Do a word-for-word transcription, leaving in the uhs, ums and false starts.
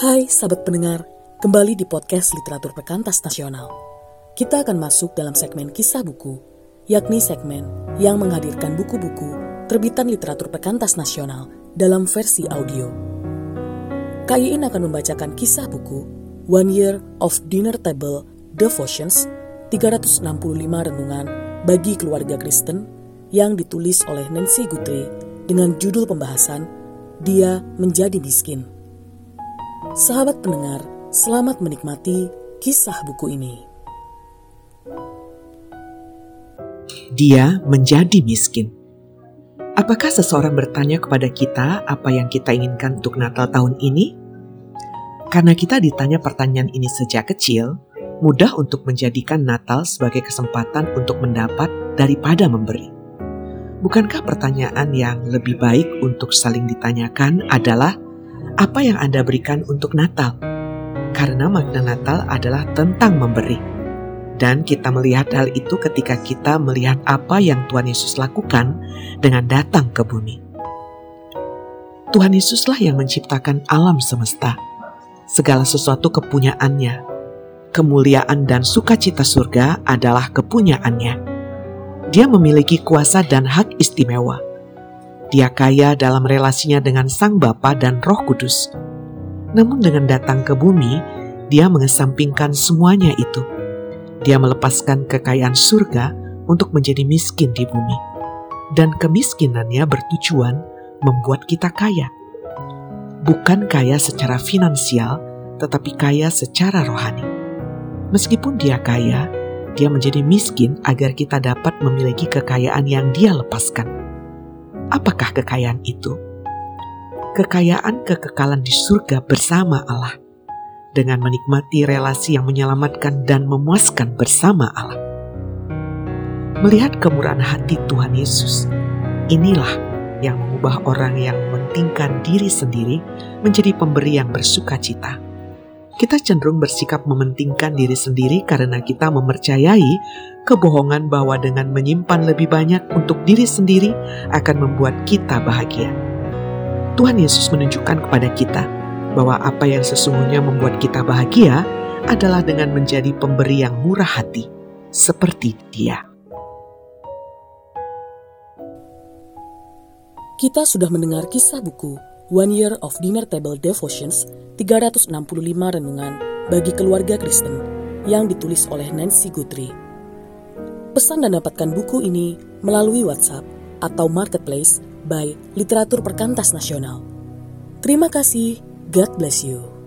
Hai sahabat pendengar, kembali di podcast Literatur Perkantas Nasional. Kita akan masuk dalam segmen kisah buku, yakni segmen yang menghadirkan buku-buku terbitan Literatur Perkantas Nasional dalam versi audio. K I N akan membacakan kisah buku One Year of Dinner Table Devotions, tiga ratus enam puluh lima renungan bagi keluarga Kristen, yang ditulis oleh Nancy Guthrie dengan judul pembahasan Dia Menjadi Miskin. Sahabat pendengar, selamat menikmati kisah buku ini. Dia menjadi miskin. Apakah seseorang bertanya kepada kita apa yang kita inginkan untuk Natal tahun ini? Karena kita ditanya pertanyaan ini sejak kecil, mudah untuk menjadikan Natal sebagai kesempatan untuk mendapat daripada memberi. Bukankah pertanyaan yang lebih baik untuk saling ditanyakan adalah, apa yang Anda berikan untuk Natal? Karena makna Natal adalah tentang memberi. Dan kita melihat hal itu ketika kita melihat apa yang Tuhan Yesus lakukan dengan datang ke bumi. Tuhan Yesuslah yang menciptakan alam semesta. Segala sesuatu kepunyaannya. Kemuliaan dan sukacita surga adalah kepunyaannya. Dia memiliki kuasa dan hak istimewa. Dia kaya dalam relasinya dengan Sang Bapa dan Roh Kudus. Namun dengan datang ke bumi, dia mengesampingkan semuanya itu. Dia melepaskan kekayaan surga untuk menjadi miskin di bumi. Dan kemiskinannya bertujuan membuat kita kaya. Bukan kaya secara finansial, tetapi kaya secara rohani. Meskipun dia kaya, dia menjadi miskin agar kita dapat memiliki kekayaan yang dia lepaskan. Apakah kekayaan itu? Kekayaan kekekalan di surga bersama Allah, dengan menikmati relasi yang menyelamatkan dan memuaskan bersama Allah. Melihat kemurahan hati Tuhan Yesus, inilah yang mengubah orang yang mementingkan diri sendiri menjadi pemberi yang bersukacita. Kita cenderung bersikap mementingkan diri sendiri karena kita mempercayai kebohongan bahwa dengan menyimpan lebih banyak untuk diri sendiri akan membuat kita bahagia. Tuhan Yesus menunjukkan kepada kita bahwa apa yang sesungguhnya membuat kita bahagia adalah dengan menjadi pemberi yang murah hati, seperti Dia. Kita sudah mendengar kisah buku One Year of Dinner Table Devotions, tiga ratus enam puluh lima renungan bagi keluarga Kristen, yang ditulis oleh Nancy Guthrie. Pesan dan dapatkan buku ini melalui WhatsApp atau Marketplace by Literatur Perkantas Nasional. Terima kasih, God bless you.